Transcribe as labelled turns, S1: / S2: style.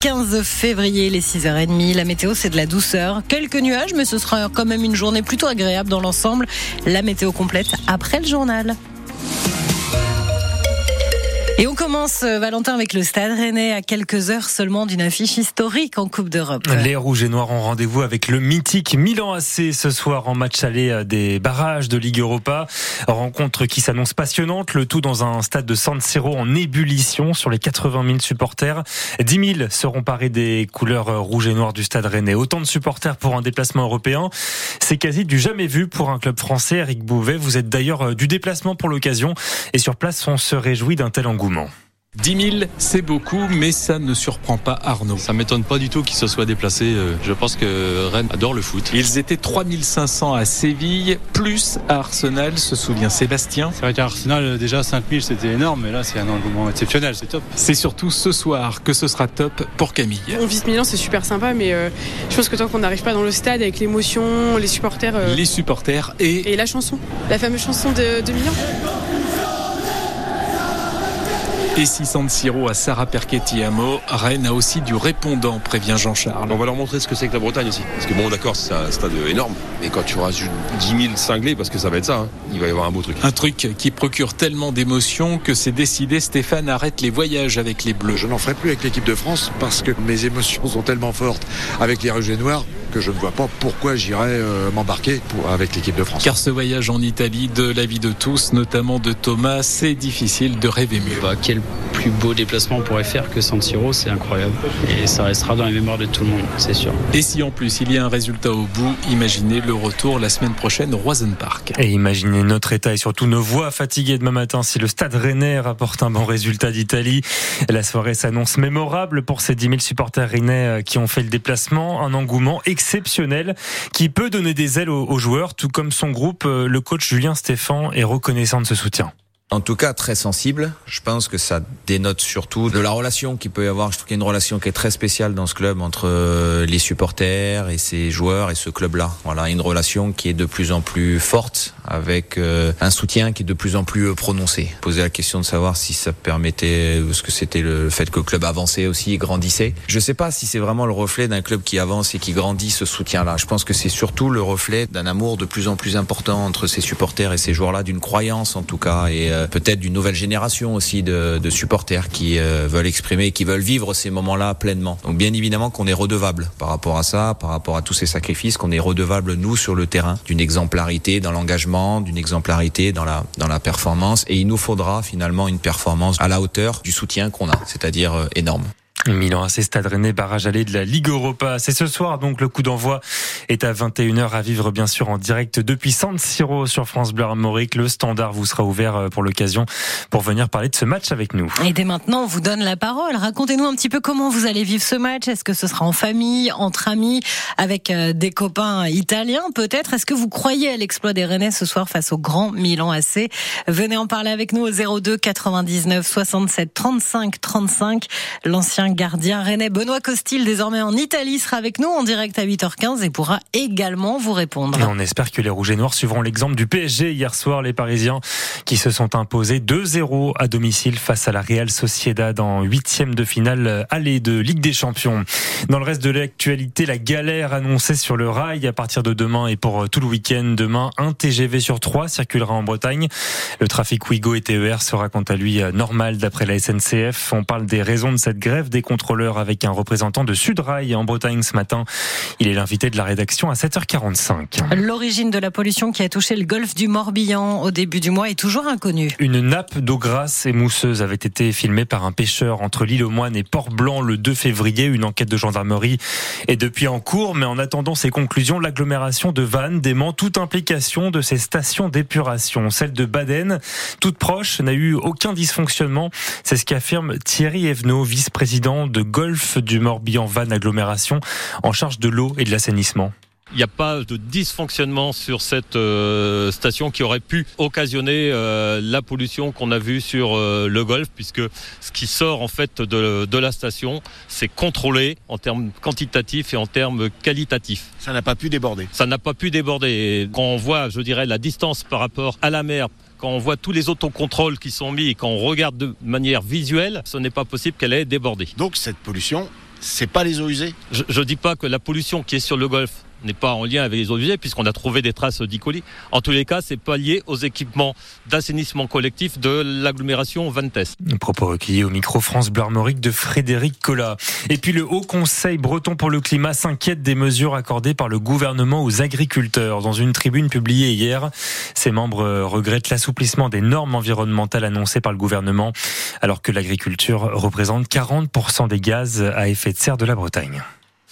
S1: 15 février, les 6h30. La météo, c'est de la douceur. Quelques nuages, mais ce sera quand même une journée plutôt agréable dans l'ensemble. La météo complète après le journal. Et on commence, Valentin, avec le Stade Rennais à quelques heures seulement d'une affiche historique en Coupe d'Europe.
S2: Les Rouges et Noirs ont rendez-vous avec le mythique Milan AC ce soir en match aller des barrages de Ligue Europa. Rencontre qui s'annonce passionnante, le tout dans un stade de San Siro en ébullition sur les 80 000 supporters. 10 000 seront parés des couleurs rouges et noires du Stade Rennais. Autant de supporters pour un déplacement européen, c'est quasi du jamais vu pour un club français. Eric Bouvet, vous êtes d'ailleurs du déplacement pour l'occasion et sur place on se réjouit d'un tel engouement.
S3: 10 000, c'est beaucoup, mais ça ne surprend pas Arnaud.
S4: Ça m'étonne pas du tout qu'ils se soient déplacés. Je pense que Rennes adore le foot.
S3: Ils étaient 3 500 à Séville, plus à Arsenal, se souvient Sébastien.
S5: C'est vrai qu'à Arsenal, déjà 5 000, c'était énorme, mais là, c'est un engouement exceptionnel, c'est top.
S3: C'est surtout ce soir que ce sera top pour Camille.
S6: On visite Milan, c'est super sympa, mais je pense que tant qu'on n'arrive pas dans le stade avec l'émotion, les supporters...
S3: Les supporters et
S6: la chanson, la fameuse chanson de Milan.
S3: Et si San Siro à Sara Perchetti-Amo, Rennes a aussi du répondant, prévient Jean-Charles.
S7: On va leur montrer ce que c'est que la Bretagne aussi. Parce que bon, d'accord, c'est un stade énorme. Mais quand tu auras 10 000 cinglés, parce que ça va être ça, il va y avoir un beau truc.
S3: Un truc qui procure tellement d'émotions que c'est décidé, Stéphane arrête les voyages avec les Bleus.
S8: Je n'en ferai plus avec l'équipe de France parce que mes émotions sont tellement fortes avec les Rouges et Noirs que je ne vois pas pourquoi j'irais m'embarquer avec l'équipe de France.
S3: Car ce voyage en Italie, de l'avis de tous, notamment de Thomas, c'est difficile de rêver mieux.
S9: Quel plus beau déplacement on pourrait faire que San Siro, c'est incroyable. Et ça restera dans les mémoires de tout le monde, c'est sûr.
S3: Et si en plus il y a un résultat au bout, imaginez le retour la semaine prochaine au Roison Park.
S2: Et imaginez notre état et surtout nos voix fatiguées demain matin si le Stade Rennais rapporte un bon résultat d'Italie. La soirée s'annonce mémorable pour ces 10 000 supporters rennais qui ont fait le déplacement. Un engouement exceptionnel qui peut donner des ailes aux joueurs, tout comme son groupe. Le coach Julien Stéphan est reconnaissant de ce soutien.
S10: En tout cas, très sensible. Je pense que ça dénote surtout de la relation qu'il peut y avoir. Je trouve qu'il y a une relation qui est très spéciale dans ce club entre les supporters et ses joueurs et ce club-là. Voilà, une relation qui est de plus en plus forte avec un soutien qui est de plus en plus prononcé. Poser la question de savoir si ça permettait, ce que c'était le fait que le club avançait aussi, grandissait. Je sais pas si c'est vraiment le reflet d'un club qui avance et qui grandit, ce soutien-là. Je pense que c'est surtout le reflet d'un amour de plus en plus important entre ses supporters et ces joueurs-là, d'une croyance en tout cas, et peut-être d'une nouvelle génération aussi de supporters qui veulent exprimer, qui veulent vivre ces moments-là pleinement. Donc bien évidemment qu'on est redevable par rapport à ça, par rapport à tous ces sacrifices, qu'on est redevable nous sur le terrain, d'une exemplarité dans l'engagement, d'une exemplarité dans la performance, et il nous faudra finalement une performance à la hauteur du soutien qu'on a, c'est-à-dire énorme.
S2: Milan AC, Stade Rennais, barrage aller de la Ligue Europa. C'est ce soir, donc le coup d'envoi est à 21h à vivre bien sûr en direct depuis San Siro sur France Bleu Armorique. Le standard vous sera ouvert pour l'occasion pour venir parler de ce match avec nous.
S1: Et dès maintenant, on vous donne la parole. Racontez-nous un petit peu comment vous allez vivre ce match. Est-ce que ce sera en famille, entre amis, avec des copains italiens peut-être? Est-ce que vous croyez à l'exploit des Rennais ce soir face au grand Milan AC? Venez en parler avec nous au 02 99 67 35 35. L'ancien gardien rennais Benoît Costil, désormais en Italie, sera avec nous en direct à 8h15 et pourra également vous répondre.
S2: Et on espère que les Rouges et Noirs suivront l'exemple du PSG hier soir, les Parisiens qui se sont imposés 2-0 à domicile face à la Real Sociedad en 8e de finale aller de Ligue des Champions. Dans le reste de l'actualité, la galère annoncée sur le rail à partir de demain et pour tout le week-end. Demain, un TGV sur 3 circulera en Bretagne. Le trafic Ouigo et TER sera quant à lui normal d'après la SNCF. On parle des raisons de cette grève des contrôleurs avec un représentant de Sudrail en Bretagne ce matin. Il est l'invité de la rédaction à 7h45.
S1: L'origine de la pollution qui a touché le golfe du Morbihan au début du mois est toujours inconnue.
S2: Une nappe d'eau grasse et mousseuse avait été filmée par un pêcheur entre l'île aux Moines et Port-Blanc le 2 février. Une enquête de gendarmerie est depuis en cours, mais en attendant ses conclusions, l'agglomération de Vannes dément toute implication de ces stations d'épuration. Celle de Baden, toute proche, n'a eu aucun dysfonctionnement. C'est ce qu'affirme Thierry Evenot, vice-président de Golfe du Morbihan-Vannes agglomération en charge de l'eau et de l'assainissement.
S11: Il n'y a pas de dysfonctionnement sur cette station qui aurait pu occasionner la pollution qu'on a vue sur le golfe, puisque ce qui sort en fait de la station, c'est contrôlé en termes quantitatifs et en termes qualitatifs.
S12: Ça n'a pas pu déborder.
S11: Ça n'a pas pu déborder. Et quand on voit, je dirais, la distance par rapport à la mer, quand on voit tous les autocontrôles qui sont mis et quand on regarde de manière visuelle, ce n'est pas possible qu'elle ait débordé.
S12: Donc cette pollution c'est pas les eaux usées.
S11: Je dis pas que la pollution qui est sur le golfe n'est pas en lien avec les eaux usées, puisqu'on a trouvé des traces d'E. coli. En tous les cas, c'est pas lié aux équipements d'assainissement collectif de l'agglomération Vantes.
S2: Propos recueillis au micro France Bleu Armorique de Frédéric Collat. Et puis le Haut Conseil breton pour le climat s'inquiète des mesures accordées par le gouvernement aux agriculteurs. Dans une tribune publiée hier, ses membres regrettent l'assouplissement des normes environnementales annoncées par le gouvernement, alors que l'agriculture représente 40% des gaz à effet de serre de la Bretagne.